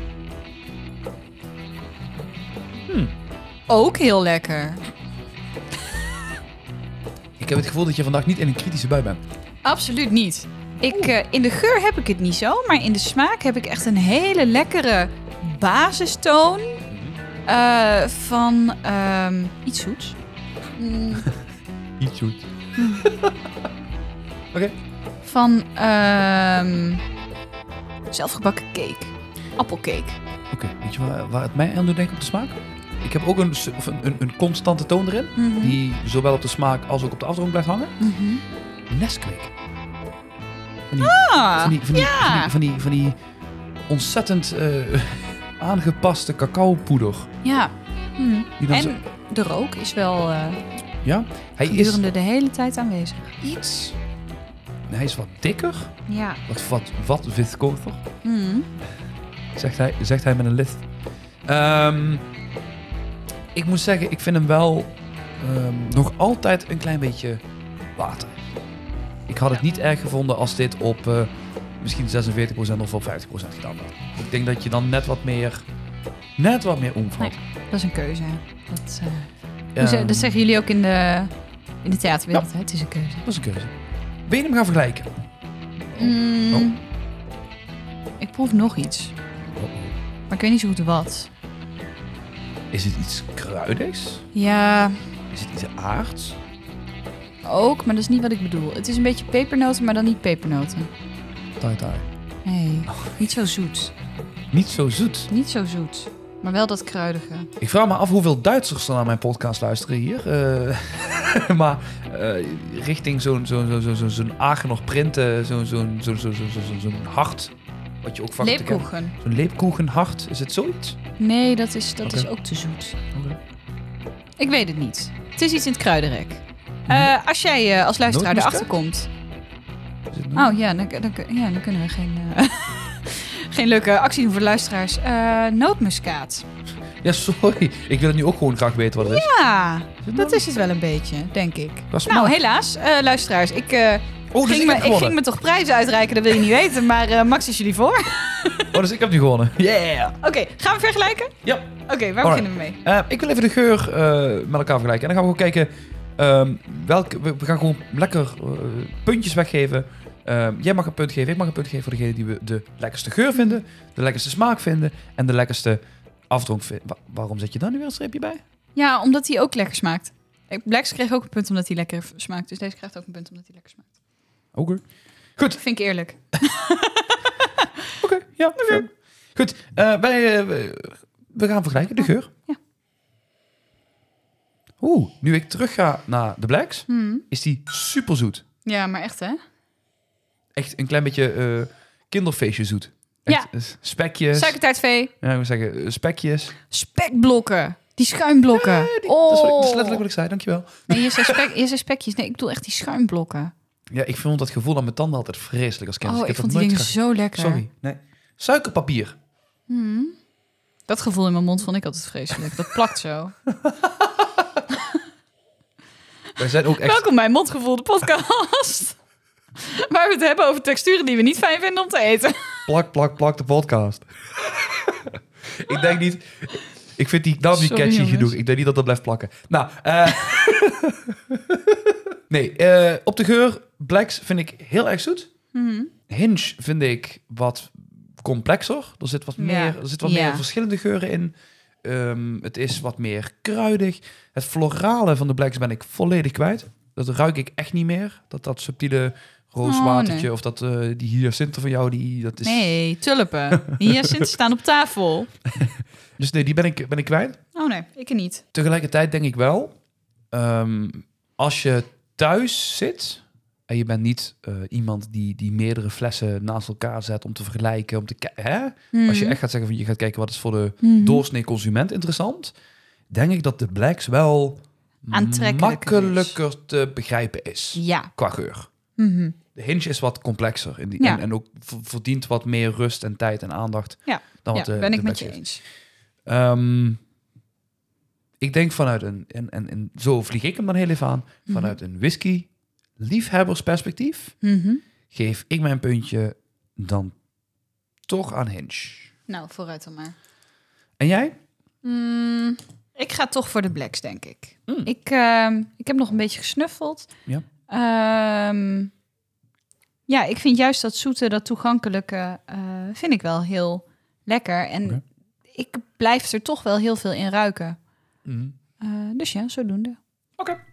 Speaker 1: Hmm.
Speaker 2: Ook heel lekker.
Speaker 1: Ik heb het gevoel dat je vandaag niet in een kritische bui bent.
Speaker 2: Absoluut niet. Ik, uh, in de geur heb ik het niet zo, maar in de smaak heb ik echt een hele lekkere basistoon uh, van um, iets zoets. Mm,
Speaker 1: Iets zoet. Oké. Okay.
Speaker 2: van um, zelfgebakken cake. Appelcake.
Speaker 1: Oké, okay. Weet je waar, waar het mij aan doet denken op de smaak? Ik heb ook een, of een, een, een constante toon erin,
Speaker 2: Mm-hmm.
Speaker 1: die zowel op de smaak als ook op de afdronk blijft hangen.
Speaker 2: Mm-hmm.
Speaker 1: Nesquik. Van die,
Speaker 2: Ah,
Speaker 1: van die, van die,
Speaker 2: ja.
Speaker 1: van die, van die, van die ontzettend uh, aangepaste cacaopoeder.
Speaker 2: Ja. Mm.
Speaker 1: Die dan
Speaker 2: En
Speaker 1: zo,
Speaker 2: de rook is wel uh,
Speaker 1: ja, hij is
Speaker 2: gedurende de hele tijd aanwezig.
Speaker 1: iets... Hij is wat dikker,
Speaker 2: Ja.
Speaker 1: wat, wat, wat viscoser,
Speaker 2: Mm.
Speaker 1: zegt hij, zegt hij met een lift. Um, ik moet zeggen, ik vind hem wel um, nog altijd een klein beetje water. Ik had het
Speaker 2: Ja.
Speaker 1: niet erg gevonden als dit op uh, misschien zesenveertig procent of op vijftig procent gedaan werd. Ik denk dat je dan net wat meer, net wat meer omvalt.
Speaker 2: Nee, dat is een keuze. Dat, uh,
Speaker 1: Um,
Speaker 2: um, dat zeggen jullie ook in de, in de theaterwereld.
Speaker 1: Ja.
Speaker 2: Hè? Het is een keuze.
Speaker 1: Dat is een keuze. Wil je hem gaan vergelijken?
Speaker 2: Mm,
Speaker 1: Oh.
Speaker 2: Ik proef nog iets. Maar ik weet niet zo goed wat.
Speaker 1: Is het iets kruidigs?
Speaker 2: Ja,
Speaker 1: Is het iets aards?
Speaker 2: ook, maar dat is niet wat ik bedoel. Het is een beetje pepernoten, maar dan niet pepernoten.
Speaker 1: Tai tai.
Speaker 2: Nee, niet zo zoet.
Speaker 1: Niet zo zoet.
Speaker 2: Niet zo zoet. Maar wel dat kruidige.
Speaker 1: Ik vraag me af hoeveel Duitsers er naar mijn podcast luisteren hier. Uh, maar uh, richting zo'n zo'n zo'n zo'n zo'n zo'n Aachener printen, zo'n zo'n zo'n zo'n zo'n zo'n zo'n hart. Wat je ook vaak
Speaker 2: Leepkoegen.
Speaker 1: Zo'n leepkoegenhart. Is het zoiets?
Speaker 2: Nee, dat is, dat
Speaker 1: Oké.
Speaker 2: is ook te zoet.
Speaker 1: Okay.
Speaker 2: Ik weet het niet. Het is iets in het kruidenrek. Uh, als jij uh, als luisteraar
Speaker 1: Nootmuskaat?
Speaker 2: erachter komt.
Speaker 1: Is het nou?
Speaker 2: Oh ja, dan, dan, ja, dan kunnen we geen, uh, geen leuke actie doen voor de luisteraars. Uh, nootmuskaat.
Speaker 1: Ja, sorry. Ik wil het nu ook gewoon graag weten wat het is.
Speaker 2: Ja, dat is het wel een beetje, denk ik.
Speaker 1: Dat is
Speaker 2: Nou,
Speaker 1: maar-
Speaker 2: helaas, uh, luisteraars. Ik, uh,
Speaker 1: Oh, dus
Speaker 2: ging
Speaker 1: ik
Speaker 2: me,
Speaker 1: heb
Speaker 2: ik ging
Speaker 1: gewonnen.
Speaker 2: me toch prijzen uitreiken, dat wil je niet weten. Maar uh, Max is jullie voor.
Speaker 1: Oh, dus ik heb nu gewonnen. Yeah!
Speaker 2: Oké, okay, gaan we vergelijken?
Speaker 1: Ja.
Speaker 2: Oké, okay, waar
Speaker 1: Alright.
Speaker 2: beginnen we mee?
Speaker 1: Uh, ik wil even de geur uh, met elkaar vergelijken. En dan gaan we gewoon kijken... Um, welke, we, we gaan gewoon lekker uh, puntjes weggeven. Um, jij mag een punt geven, ik mag een punt geven voor degene die we de lekkerste geur vinden, de lekkerste smaak vinden en de lekkerste afdronk vinden. Wa- waarom zet je daar nu weer een streepje bij?
Speaker 2: Ja, omdat hij ook lekker smaakt. Blacks kreeg ook een punt omdat hij lekker smaakt. Dus deze krijgt ook een punt omdat hij lekker smaakt.
Speaker 1: Oké. Okay. Goed.
Speaker 2: Dat vind ik eerlijk.
Speaker 1: Oké, okay, ja. Okay. Goed, uh, wij, uh, we gaan vergelijken, de geur.
Speaker 2: Ja.
Speaker 1: Oeh, nu ik terug ga naar de Blacks,
Speaker 2: Hmm.
Speaker 1: is die super zoet.
Speaker 2: Ja, maar echt hè?
Speaker 1: Echt een klein beetje uh, kinderfeestje zoet. Echt,
Speaker 2: Ja.
Speaker 1: uh, spekjes.
Speaker 2: Suikertaartvee.
Speaker 1: Ja, ik moet zeggen, uh, spekjes.
Speaker 2: Spekblokken. Die schuimblokken.
Speaker 1: Ja, die,
Speaker 2: oh.
Speaker 1: dat, is wat, dat is letterlijk wat ik zei, dankjewel.
Speaker 2: Nee, je zei, spek, je zei spekjes. Nee, ik bedoel echt die schuimblokken.
Speaker 1: Ja, ik vond dat gevoel aan mijn tanden altijd vreselijk als kind.
Speaker 2: Oh,
Speaker 1: Dus
Speaker 2: ik
Speaker 1: heb
Speaker 2: vond
Speaker 1: dat
Speaker 2: die
Speaker 1: nooit
Speaker 2: dingen
Speaker 1: graag-
Speaker 2: zo lekker.
Speaker 1: Sorry, nee. Suikerpapier.
Speaker 2: Hmm. Dat gevoel in mijn mond vond ik altijd vreselijk. Dat plakt zo.
Speaker 1: Wij zijn ook echt...
Speaker 2: Welkom bij Mondgevoel, de podcast. Waar we het hebben over texturen die we niet fijn vinden om te eten.
Speaker 1: Plak, plak, plak de podcast. Ik denk niet... Ik vind die naam niet
Speaker 2: Sorry,
Speaker 1: catchy
Speaker 2: jongens.
Speaker 1: genoeg. Ik denk niet dat dat blijft plakken. Nou, eh nee, eh, op de geur, Blacks vind ik heel erg zoet.
Speaker 2: Mhm.
Speaker 1: Hinge vind ik wat complexer. Er zit wat
Speaker 2: Ja.
Speaker 1: meer, er zit wat
Speaker 2: Ja.
Speaker 1: meer verschillende geuren in. Um, het is wat meer kruidig. Het florale van de Blacks ben ik volledig kwijt. Dat ruik ik echt niet meer. Dat dat subtiele rooswatertje
Speaker 2: Oh, nee.
Speaker 1: of dat uh, die hyacinten van jou, die, dat is...
Speaker 2: Nee, tulpen. Die hyacinten staan op tafel.
Speaker 1: Dus nee, die ben ik, ben ik kwijt.
Speaker 2: Oh nee, ik niet.
Speaker 1: Tegelijkertijd denk ik wel, um, als je thuis zit en je bent niet uh, iemand die, die meerdere flessen naast elkaar zet om te vergelijken, om te kijken,
Speaker 2: Mhm.
Speaker 1: als je echt gaat zeggen van je gaat kijken wat is voor de
Speaker 2: Mhm.
Speaker 1: doorsnee consument interessant, denk ik dat de Blacks wel
Speaker 2: Aantrekkelijker
Speaker 1: makkelijker te begrijpen is
Speaker 2: Ja.
Speaker 1: qua geur.
Speaker 2: Mhm.
Speaker 1: De Hinge is wat complexer in die,
Speaker 2: Ja.
Speaker 1: en, en ook v- verdient wat meer rust en tijd en aandacht
Speaker 2: Ja.
Speaker 1: dan
Speaker 2: Ja,
Speaker 1: wat de,
Speaker 2: ben
Speaker 1: de
Speaker 2: ik met
Speaker 1: Blacks
Speaker 2: je
Speaker 1: heeft.
Speaker 2: eens.
Speaker 1: Um, ik denk vanuit een, en, en, en zo vlieg ik hem dan heel even aan,
Speaker 2: Mhm.
Speaker 1: vanuit een whisky liefhebbersperspectief
Speaker 2: Mhm.
Speaker 1: geef ik mijn puntje dan toch aan Hinge.
Speaker 2: Nou, vooruit dan maar.
Speaker 1: En jij?
Speaker 2: Mm, ik ga toch voor de Blacks, denk ik.
Speaker 1: Mm.
Speaker 2: Ik, ehm, ik heb nog een beetje gesnuffeld.
Speaker 1: Ja.
Speaker 2: Ehm, ja, ik vind juist dat zoete, dat toegankelijke, eh, vind ik wel heel lekker. En
Speaker 1: Oké.
Speaker 2: ik blijf er toch wel heel veel in ruiken.
Speaker 1: Mm.
Speaker 2: Eh, dus ja, zodoende.
Speaker 1: Oké. Okay.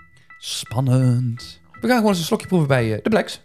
Speaker 1: Spannend. We gaan gewoon eens een slokje proeven bij uh, de Blacks.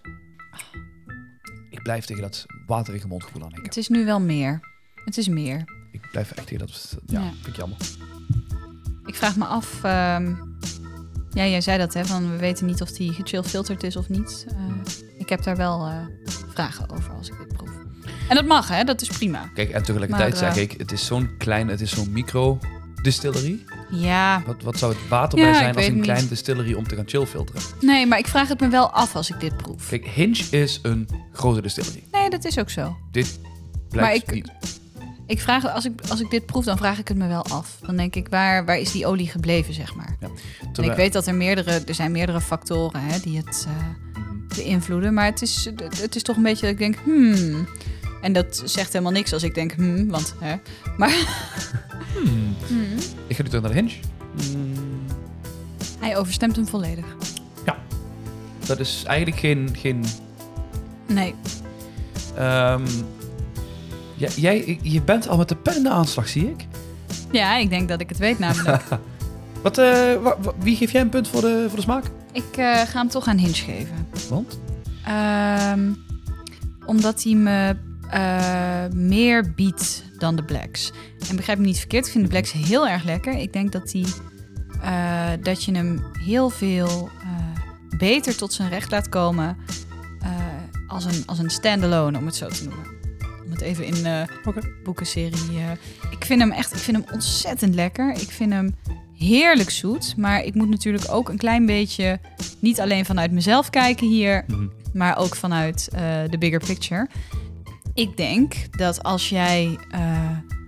Speaker 1: Ik blijf tegen dat waterige mondgevoel aan
Speaker 2: Het
Speaker 1: hikken.
Speaker 2: is nu wel meer. Het is meer.
Speaker 1: Ik blijf echt tegen dat... Ja,
Speaker 2: Ja.
Speaker 1: vind ik jammer.
Speaker 2: Ik vraag me af... ehm, ja, jij zei dat, hè? Van we weten niet of die gechill filterd is of niet. Uh, ik heb daar wel uh, vragen over als ik dit proef. En dat mag, hè? Dat is prima.
Speaker 1: Kijk, en tegelijkertijd
Speaker 2: Maar, uh,
Speaker 1: zeg ik, het is zo'n klein, het is zo'n micro distillerie.
Speaker 2: Ja,
Speaker 1: Wat, wat zou het water
Speaker 2: Ja,
Speaker 1: bij
Speaker 2: ik
Speaker 1: zijn als
Speaker 2: weet
Speaker 1: een
Speaker 2: niet.
Speaker 1: klein distillerie om te gaan chill filteren?
Speaker 2: nee, maar ik vraag het me wel af als ik dit proef.
Speaker 1: Kijk, Hinge is een grote distillerie.
Speaker 2: Nee, dat is ook zo.
Speaker 1: Dit
Speaker 2: Maar
Speaker 1: blijkt
Speaker 2: ik-
Speaker 1: niet.
Speaker 2: Ik vraag, als ik, als ik dit proef, dan vraag ik het me wel af. Dan denk ik, waar, waar is die olie gebleven, zeg maar?
Speaker 1: Ja.
Speaker 2: En ik weet dat er meerdere, er zijn meerdere factoren hè, die het uh, mm-hmm. beïnvloeden. Maar het is, het is toch een beetje dat ik denk, hmm. En dat zegt helemaal niks als ik denk, hmm, want, hè. Maar...
Speaker 1: hmm. Hmm. Ik ga nu terug naar de Hinge.
Speaker 2: Hmm. Hij overstemt hem volledig.
Speaker 1: Ja. Dat is eigenlijk geen... geen...
Speaker 2: Nee.
Speaker 1: Um, ja, jij, je bent al met de pen in de aanslag, zie ik.
Speaker 2: Ja, ik denk dat ik het weet namelijk.
Speaker 1: Wat, uh, wa, wa, wie geef jij een punt voor de, voor de smaak?
Speaker 2: Ik uh, ga hem toch aan Hinge geven.
Speaker 1: Want?
Speaker 2: Um, omdat hij me uh, meer biedt dan de Blacks. En begrijp me niet verkeerd, ik vind de Blacks heel erg lekker. Ik denk dat, die, uh, dat je hem heel veel uh, beter tot zijn recht laat komen... Uh, als, een, als een standalone, om het zo te noemen. Om het even in de uh, okay. boekenserie... Uh, ik vind hem echt ik vind hem ontzettend lekker. Ik vind hem heerlijk zoet. Maar ik moet natuurlijk ook een klein beetje... niet alleen vanuit mezelf kijken hier... Mm-hmm. maar ook vanuit uh, de bigger picture. Ik denk dat als jij... Uh,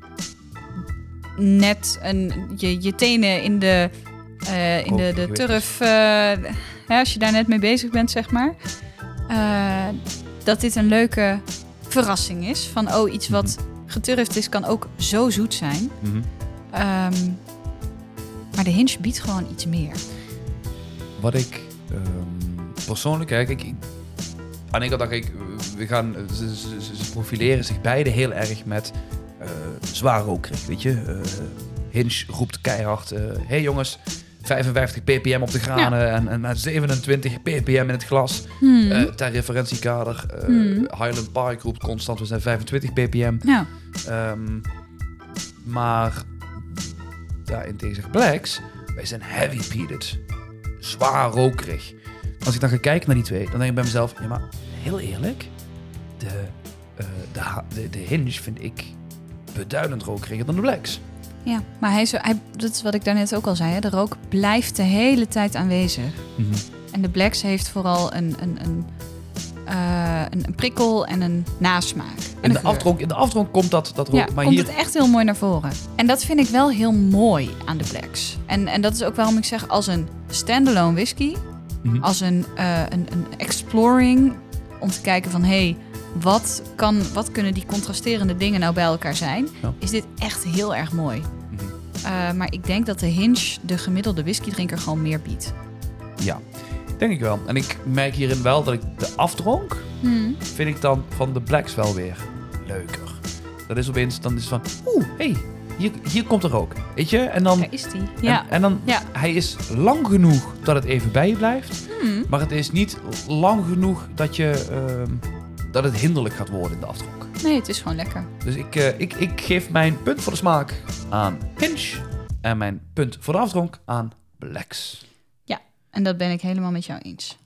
Speaker 2: net een, je, je tenen in de, uh, in oh, de, de turf... Uh, ja, als je daar net mee bezig bent, zeg maar... Uh, dat dit een leuke verrassing is. Van, oh, iets wat geturfd is, kan ook zo zoet zijn. Mm-hmm. Um, maar de Hinge biedt gewoon iets meer.
Speaker 1: Wat ik um, persoonlijk... Kijk, ik, ik, Annika dacht ik... We gaan, ze, ze, ze profileren zich beide heel erg met uh, zwaar rookrig, weet je. Uh, Hinge roept keihard... Hé uh, hey jongens... vijfenvijftig ppm op de granen ja. en, en zevenentwintig ppm in het glas. Hmm. Uh, ter referentiekader. Uh, hmm. Highland Park roept constant, we zijn vijfentwintig ppm.
Speaker 2: Ja.
Speaker 1: Um, maar daarentegen zegt Blacks, wij zijn heavy peated. Zwaar rokerig. Als ik dan ga kijken naar die twee, dan denk ik bij mezelf, ja maar heel eerlijk, de, uh, de, de, de Hinge vind ik beduidend rokeriger dan de Blacks.
Speaker 2: Ja, maar hij is, hij, dat is wat ik daarnet ook al zei. Hè? De rook blijft de hele tijd aanwezig. Mm-hmm. En de Blacks heeft vooral een, een, een, uh, een, een prikkel en een nasmaak. En
Speaker 1: in, de afdronk, in de afdronk komt dat, dat rook.
Speaker 2: Ja,
Speaker 1: maar
Speaker 2: komt
Speaker 1: hier...
Speaker 2: het echt heel mooi naar voren. En dat vind ik wel heel mooi aan de Blacks. En, en dat is ook waarom ik zeg, als een standalone whisky... Mm-hmm. als een, uh, een, een exploring... om te kijken van... Hey, Wat, kan, wat kunnen die contrasterende dingen nou bij elkaar zijn? Ja. Is dit echt heel erg mooi. Mm-hmm. Uh, maar ik denk dat de Hinge de gemiddelde whiskydrinker gewoon meer biedt.
Speaker 1: Ja, denk ik wel. En ik merk hierin wel dat ik de afdronk... Hmm. vind ik dan van de Blacks wel weer leuker. Dat is opeens, dan is het van... Oeh, hé, hey, hier, hier komt er ook. Weet je? En dan...
Speaker 2: Daar is die. Ja.
Speaker 1: En, en dan... Ja. Hij is lang genoeg dat het even bij je blijft. Hmm. Maar het is niet lang genoeg dat je... Uh, dat het hinderlijk gaat worden in de afdronk.
Speaker 2: Nee, het is gewoon lekker.
Speaker 1: Dus ik, uh, ik, ik geef mijn punt voor de smaak aan Hinge en mijn punt voor de afdronk aan Blacks.
Speaker 2: Ja, en dat ben ik helemaal met jou eens.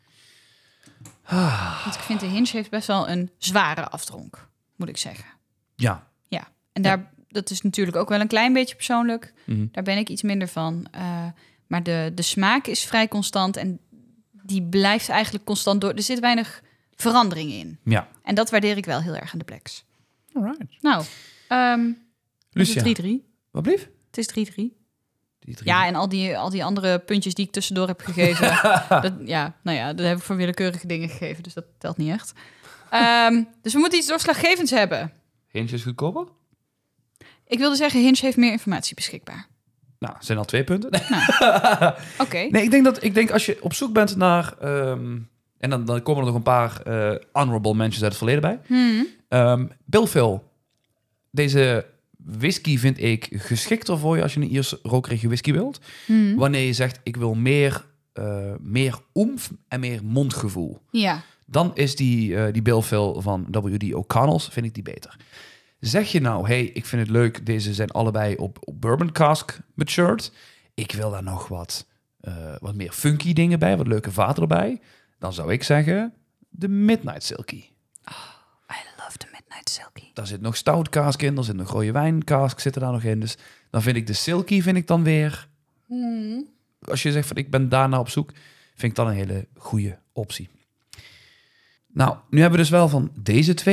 Speaker 2: Ah. Want ik vind de Hinge heeft best wel een zware afdronk, moet ik zeggen.
Speaker 1: Ja.
Speaker 2: Ja, en daar, ja. dat is natuurlijk ook wel een klein beetje persoonlijk.
Speaker 1: Mm-hmm.
Speaker 2: Daar ben ik iets minder van. Uh, maar de, de smaak is vrij constant en die blijft eigenlijk constant door. Er zit weinig... verandering in.
Speaker 1: Ja.
Speaker 2: En dat waardeer ik wel heel erg aan de Blacks.
Speaker 1: Alright.
Speaker 2: Nou, um, het is drie drie.
Speaker 1: Wat blieft?
Speaker 2: Het is drie drie. Ja, en al die, al die andere puntjes die ik tussendoor heb gegeven. dat, ja, nou ja, dat heb ik voor willekeurige dingen gegeven, dus dat telt niet echt. Um, dus we moeten iets doorslaggevends hebben.
Speaker 1: Hinge is goedkoper?
Speaker 2: Ik wilde zeggen, Hinge heeft meer informatie beschikbaar.
Speaker 1: Nou, zijn al twee punten.
Speaker 2: Nou, Oké.
Speaker 1: Okay. Nee, ik denk dat ik denk als je op zoek bent naar... Um, en dan, dan komen er nog een paar uh, honorable mentions uit het verleden bij.
Speaker 2: Hmm.
Speaker 1: Um, Bill Phil. Deze whisky vind ik geschikter voor je als je een Ierse rokerige whisky wilt. Hmm. Wanneer je zegt, ik wil meer, uh, meer oemf en meer mondgevoel.
Speaker 2: Ja.
Speaker 1: Dan is die, uh, die Bill Phil van W D O'Connell's, vind ik die beter. Zeg je nou, hey, ik vind het leuk, deze zijn allebei op, op bourbon cask matured. Ik wil daar nog wat, uh, wat meer funky dingen bij, wat leuke vaten erbij. Dan zou ik zeggen, de Midnight Silky.
Speaker 2: Oh, I love the Midnight Silky.
Speaker 1: Daar zit nog stout cask in, daar zit nog rode wijn cask zit er daar nog in. Dus dan vind ik de Silky, vind ik dan weer...
Speaker 2: Hmm.
Speaker 1: Als je zegt van ik ben daarna op zoek, vind ik dan een hele goede optie. Nou, nu hebben we dus wel van deze twee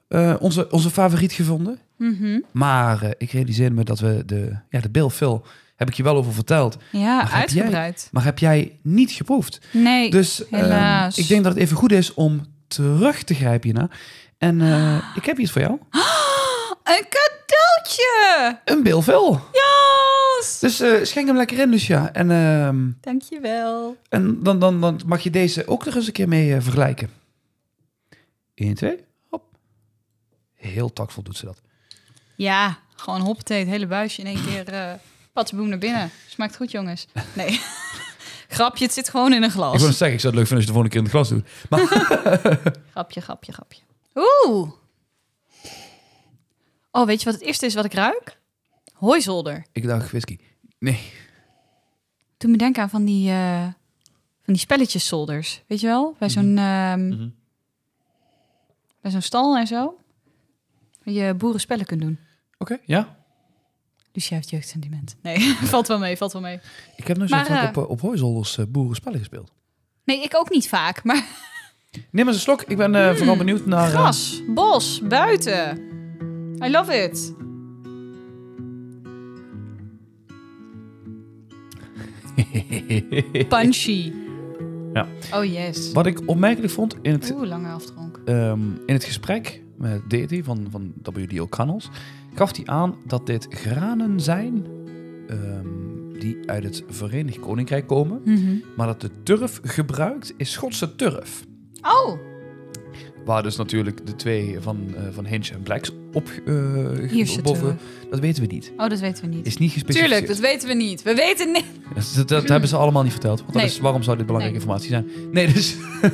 Speaker 1: uh, onze, onze favoriet gevonden.
Speaker 2: Mm-hmm.
Speaker 1: Maar uh, ik realiseerde me dat we de, ja, de Bill Phil, heb ik je wel over verteld.
Speaker 2: Ja,
Speaker 1: maar
Speaker 2: uitgebreid.
Speaker 1: Heb jij, maar heb jij niet geproefd?
Speaker 2: Nee,
Speaker 1: dus,
Speaker 2: helaas.
Speaker 1: Uh, ik denk dat het even goed is om terug te grijpen hierna. En uh, ik heb iets voor jou.
Speaker 2: Oh, een cadeautje!
Speaker 1: Een Bill Phil.
Speaker 2: Yes!
Speaker 1: Dus uh, schenk hem lekker in, dus ja. En, uh,
Speaker 2: dankjewel.
Speaker 1: En dan, dan, dan mag je deze ook nog eens een keer mee uh, vergelijken. Eén, twee, hop. Heel takvol doet ze dat.
Speaker 2: Ja, gewoon hoppatee, het hele buisje in één keer uh, patseboem naar binnen. Smaakt goed, jongens. Nee. Grapje, het zit gewoon in een glas.
Speaker 1: Ik wil het zeggen, ik zou het leuk vinden als je de volgende keer in het glas doet. Maar
Speaker 2: grapje, grapje, grapje. Oeh. Oh, weet je wat het eerste is wat ik ruik? Hooizolder.
Speaker 1: Ik dacht whisky. Nee.
Speaker 2: Doe me denken aan van die, uh, van die spelletjeszolders. Weet je wel? Bij zo'n, um, mm-hmm. bij zo'n stal en zo. Waar je boerenspellen kunt doen.
Speaker 1: Oké, okay, ja.
Speaker 2: Lucia heeft jeugdsentiment. Nee, valt wel mee, valt wel mee.
Speaker 1: Ik heb nooit zo vaak uh, op, op hooizolders uh, boerenspellen gespeeld.
Speaker 2: Nee, ik ook niet vaak, maar...
Speaker 1: Neem eens een slok. Ik ben uh, hmm, vooral benieuwd naar...
Speaker 2: Gras, uh... bos, buiten. I love it. Punchy.
Speaker 1: Ja.
Speaker 2: Oh yes.
Speaker 1: Wat ik opmerkelijk vond in het...
Speaker 2: Oeh, lange aftronk.
Speaker 1: Um, in het gesprek met Deity van, van W D O'Connell's gaf hij aan dat dit granen zijn um, die uit het Verenigd Koninkrijk komen.
Speaker 2: Mm-hmm.
Speaker 1: Maar dat de turf gebruikt is Schotse turf.
Speaker 2: Oh!
Speaker 1: Waar dus natuurlijk de twee van, uh, van Hinch en Blacks op uh, boven. Dat weten we niet.
Speaker 2: Oh, dat weten we niet.
Speaker 1: Is niet gespecificeerd.
Speaker 2: Tuurlijk, dat weten we niet. We weten niet.
Speaker 1: Dat, dat, dat hebben ze allemaal niet verteld. Want
Speaker 2: nee.
Speaker 1: dat is, waarom zou dit belangrijke nee. informatie zijn? Nee, dus...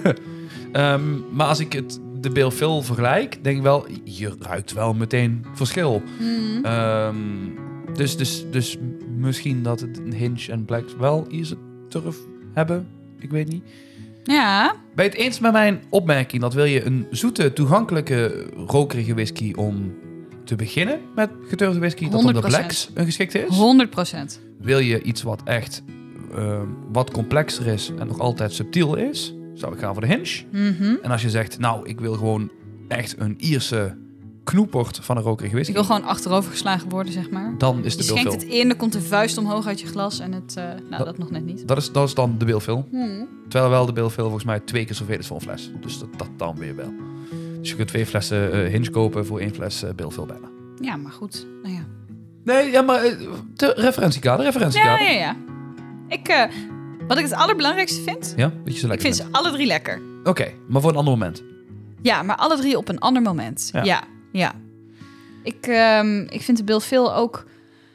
Speaker 1: um, maar als ik het de Bill Phil vergelijk, denk ik wel, je ruikt wel meteen verschil.
Speaker 2: Mm.
Speaker 1: Um, dus, dus, dus misschien dat het Hinch en Blacks wel Ierse turf hebben. Ik weet niet.
Speaker 2: Ja.
Speaker 1: Ben je het eens met mijn opmerking dat wil je een zoete, toegankelijke, rokerige whisky om te beginnen met geturfde whisky, dat dan de Blacks een geschikte is?
Speaker 2: honderd procent.
Speaker 1: Wil je iets wat echt uh, wat complexer is en nog altijd subtiel is, zou ik gaan voor de Hinch.
Speaker 2: Mm-hmm.
Speaker 1: En als je zegt, nou, ik wil gewoon echt een Ierse knoepert van een rokerige whisky.
Speaker 2: Ik wil gewoon achterover geslagen worden, zeg maar.
Speaker 1: Dan is de
Speaker 2: je
Speaker 1: Bill Phil.
Speaker 2: Je schenkt het in, dan komt de vuist omhoog uit je glas en het... Uh, nou, dat, dat nog net niet.
Speaker 1: Dat is, dat is dan de Bill Phil.
Speaker 2: Hmm.
Speaker 1: Terwijl wel de Bill Phil volgens mij twee keer zoveel is voor een fles. Dus dat, dat dan weer wel. Dus je kunt twee flessen uh, Hinch kopen voor één fles uh, Bill Phil bijna.
Speaker 2: Ja, maar goed. Nou ja.
Speaker 1: Nee, ja, maar uh, de referentiekader, referentiekader.
Speaker 2: Ja, ja, ja. Ik, uh, wat ik het allerbelangrijkste vind...
Speaker 1: Ja, dat je ze lekker
Speaker 2: Ik vind
Speaker 1: bent.
Speaker 2: ze alle drie lekker.
Speaker 1: Oké, okay, maar voor een ander moment.
Speaker 2: Ja, maar alle drie op een ander moment.
Speaker 1: Ja,
Speaker 2: ja. ja. Ik, um, ik vind de Bill Phil ook...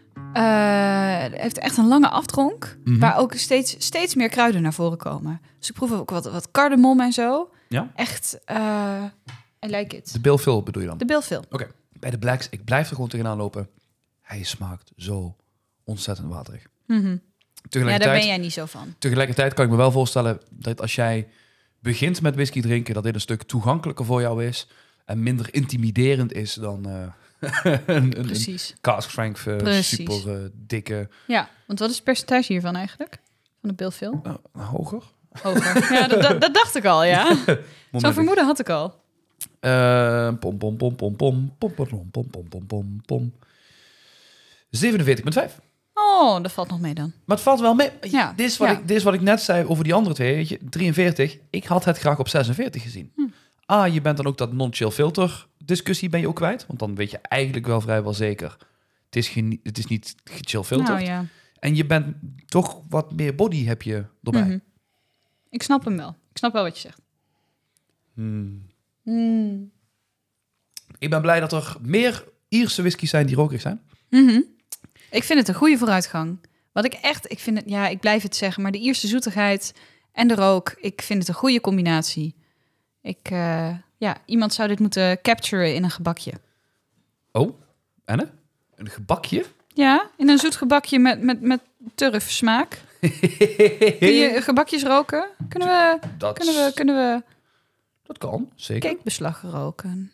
Speaker 2: Uh, heeft echt een lange aftronk, mm-hmm. waar ook steeds, steeds meer kruiden naar voren komen. Dus ik proef ook wat, wat cardamom en zo.
Speaker 1: Ja?
Speaker 2: Echt, uh, I like it.
Speaker 1: De Bill Phil bedoel je dan?
Speaker 2: De Bill Phil.
Speaker 1: Oké. Okay. Bij de Blacks, ik blijf er gewoon tegenaan lopen. Hij smaakt zo ontzettend waterig.
Speaker 2: Mm-hmm. Ja, daar ben jij niet zo van.
Speaker 1: Tegelijkertijd kan ik me wel voorstellen dat als jij begint met whisky drinken, dat dit een stuk toegankelijker voor jou is en minder intimiderend is dan uh, een, een, een cask strength uh, super uh, dikke.
Speaker 2: Ja, want wat is het percentage hiervan eigenlijk? Van de Bill Phil?
Speaker 1: Uh, hoger.
Speaker 2: Hoger. Ja, dat, dat, dat dacht ik al, ja. Zo'n vermoeden had ik al.
Speaker 1: Uh, pom pom pom pom pom pom pom pom pom pom pom pom. zevenenveertig komma vijf.
Speaker 2: Oh, dat valt nog mee dan.
Speaker 1: Maar het valt wel mee.
Speaker 2: Ja.
Speaker 1: Dit is wat, ja. ik, dit is wat ik net zei over die andere twee. Weet je, drieënveertig. Ik had het graag op zesenveertig gezien. Hm. Ah, je bent dan ook dat non-chill filter discussie ben je ook kwijt. Want dan weet je eigenlijk wel vrijwel zeker. Het is, geen, het is niet chill filter.
Speaker 2: Nou, ja.
Speaker 1: En je bent toch wat meer body heb je erbij.
Speaker 2: Mm-hmm. Ik snap hem wel. Ik snap wel wat je zegt.
Speaker 1: Hmm.
Speaker 2: Mm.
Speaker 1: Ik ben blij dat er meer Ierse whiskies zijn die rokerig zijn.
Speaker 2: Mm-hmm. Ik vind het een goede vooruitgang. Wat ik echt, ik vind het, ja, ik blijf het zeggen, maar de Ierse zoetigheid en de rook, ik vind het een goede combinatie. Ik, uh, ja, iemand zou dit moeten capturen in een gebakje.
Speaker 1: Oh, Anne? Een gebakje?
Speaker 2: Ja, in een zoet gebakje met, met, met turfsmaak. Kun je gebakjes roken? Kunnen we,
Speaker 1: dat,
Speaker 2: kunnen we, kunnen we...
Speaker 1: Dat kan, zeker.
Speaker 2: Cakebeslag roken.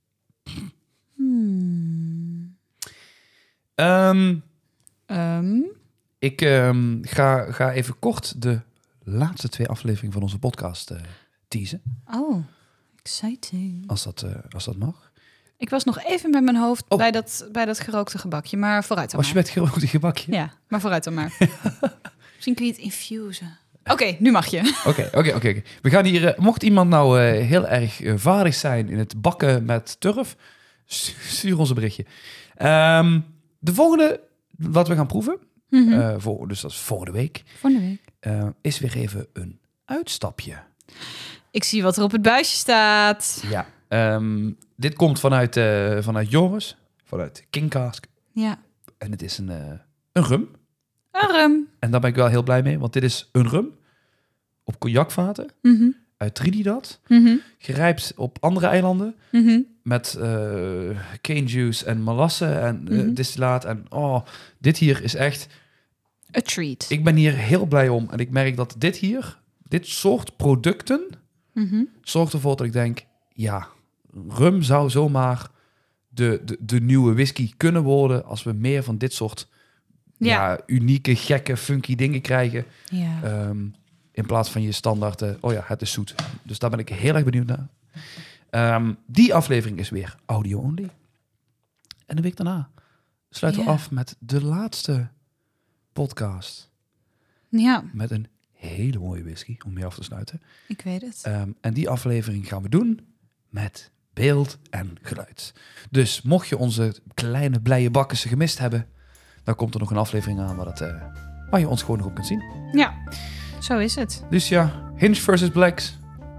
Speaker 2: Hmm.
Speaker 1: Um,
Speaker 2: um.
Speaker 1: Ik um, ga, ga even kort de laatste twee afleveringen van onze podcast uh, teasen.
Speaker 2: Oh, exciting.
Speaker 1: Als dat, uh, als dat mag.
Speaker 2: Ik was nog even met mijn hoofd
Speaker 1: Oh.
Speaker 2: bij, dat, bij dat gerookte gebakje, maar vooruit dan
Speaker 1: Was je
Speaker 2: maar.
Speaker 1: met gerookte gebakje?
Speaker 2: Ja, maar vooruit dan maar. Misschien kun je het infusen. Oké, okay, nu mag je.
Speaker 1: Oké, oké, oké. We gaan hier... Uh, mocht iemand nou uh, heel erg uh, vaardig zijn in het bakken met turf, stuur ons een berichtje. Um, de volgende wat we gaan proeven, mm-hmm. uh, voor, dus dat is volgende week,
Speaker 2: volgende week.
Speaker 1: Uh, is weer even een uitstapje.
Speaker 2: Ik zie wat er op het buisje staat.
Speaker 1: Ja, um, dit komt vanuit, uh, vanuit Joris, vanuit King Cask.
Speaker 2: Ja.
Speaker 1: En het is een, uh, een rum.
Speaker 2: Een rum.
Speaker 1: En daar ben ik wel heel blij mee, want dit is een rum op cognacvaten
Speaker 2: mm-hmm.
Speaker 1: uit Trinidad.
Speaker 2: Mm-hmm.
Speaker 1: Gerijpt op andere eilanden.
Speaker 2: Mm-hmm.
Speaker 1: Met uh, cane juice en molasse en uh,
Speaker 2: mm-hmm.
Speaker 1: distillaat. En oh, dit hier is echt...
Speaker 2: A treat.
Speaker 1: Ik ben hier heel blij om. En ik merk dat dit hier, dit soort producten,
Speaker 2: mm-hmm.
Speaker 1: zorgt ervoor dat ik denk, ja, rum zou zomaar de, de, de nieuwe whisky kunnen worden als we meer van dit soort ja. Ja, unieke, gekke, funky dingen krijgen.
Speaker 2: Ja.
Speaker 1: Um, in plaats van je standaard, uh, oh ja, het is zoet. Dus daar ben ik heel erg benieuwd naar. Um, die aflevering is weer audio only. En de week daarna sluiten
Speaker 2: yeah.
Speaker 1: we af met de laatste podcast.
Speaker 2: Ja.
Speaker 1: Met een hele mooie whisky om mee af te sluiten.
Speaker 2: Ik weet het.
Speaker 1: Um, en die aflevering gaan we doen met beeld en geluid. Dus mocht je onze kleine blije bakkersen gemist hebben, dan komt er nog een aflevering aan waar, dat, uh, waar je ons gewoon nog op kunt zien.
Speaker 2: Ja, zo is het.
Speaker 1: Dus ja, Hinge versus Blacks.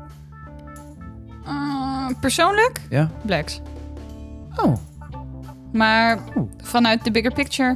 Speaker 2: Uh, persoonlijk?
Speaker 1: Ja.
Speaker 2: Blacks.
Speaker 1: Oh.
Speaker 2: Maar
Speaker 1: oh.
Speaker 2: vanuit de bigger picture,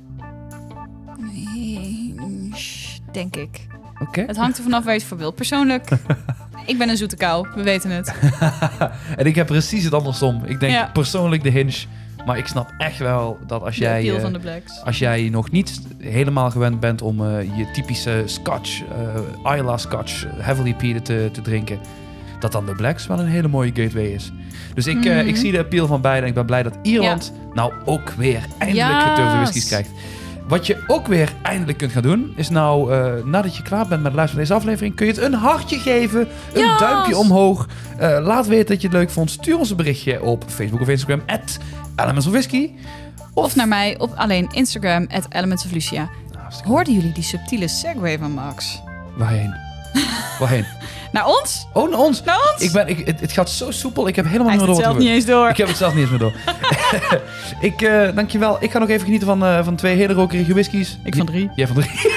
Speaker 2: denk ik.
Speaker 1: Oké. Okay.
Speaker 2: Het hangt er vanaf waar je het voor wilt. Persoonlijk, ik ben een zoete kou. We weten het.
Speaker 1: En ik heb precies het andersom. Ik denk
Speaker 2: ja.
Speaker 1: persoonlijk de Hinge. Maar ik snap echt wel dat als
Speaker 2: de
Speaker 1: jij...
Speaker 2: De
Speaker 1: uh,
Speaker 2: van de Blacks.
Speaker 1: Als jij nog niet helemaal gewend bent om uh, je typische Scotch, uh, Islay Scotch, uh, heavily peated te, te drinken, dat dan de Blacks wel een hele mooie gateway is. Dus ik, mm-hmm. uh, ik zie de appeal van beide en ik ben blij dat Ierland ja. nou ook weer eindelijk yes. gedurfde whiskies krijgt. Wat je ook weer eindelijk kunt gaan doen, is nou, uh, nadat je klaar bent met het luisteren naar deze aflevering, kun je het een hartje geven, een yes. duimpje omhoog. Uh, laat weten dat je het leuk vond. Stuur ons een berichtje op Facebook of Instagram, at Elements of Whisky.
Speaker 2: Of, of naar mij op alleen Instagram, at Elements of Lucia. Nou, hoorden jullie die subtiele segue van Max?
Speaker 1: Waarheen? Waarheen?
Speaker 2: Naar ons?
Speaker 1: Oh, naar ons?
Speaker 2: Naar ons?
Speaker 1: Ik ben, ik, het, het gaat zo soepel, ik heb helemaal
Speaker 2: Hij
Speaker 1: niet meer door.
Speaker 2: Hij heeft het zelf niet eens door.
Speaker 1: Ik heb het zelf niet eens meer door. ik, uh, dankjewel. Ik ga nog even genieten van, uh, van twee hele rokerige whiskies.
Speaker 2: Ik van drie.
Speaker 1: Jij van drie.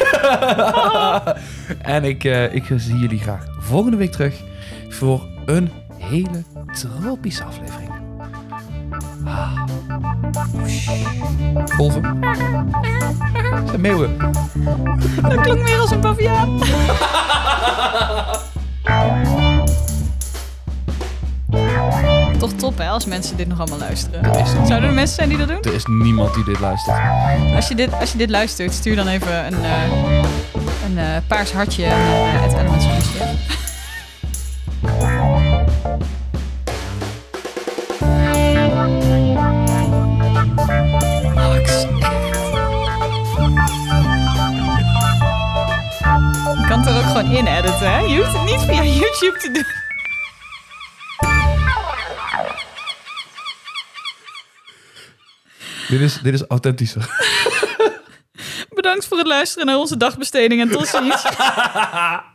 Speaker 1: En ik, uh, ik zie jullie graag volgende week terug voor een hele tropische aflevering. Ah. Golven. Zijn meeuwen.
Speaker 2: Dat klonk meer als een paviaan. Toch top, hè, als mensen dit nog allemaal luisteren. Zouden er mensen zijn die dat doen?
Speaker 1: Er is niemand die dit luistert.
Speaker 2: Als je dit, als je dit luistert, stuur dan even een, uh, een uh, paars hartje naar het Elements of Lucia. Max. Je kan het er ook gewoon in editen, hè? Je hoeft het niet via YouTube te doen.
Speaker 1: Dit is, dit is authentischer.
Speaker 2: Bedankt voor het luisteren naar onze dagbesteding en tot ziens.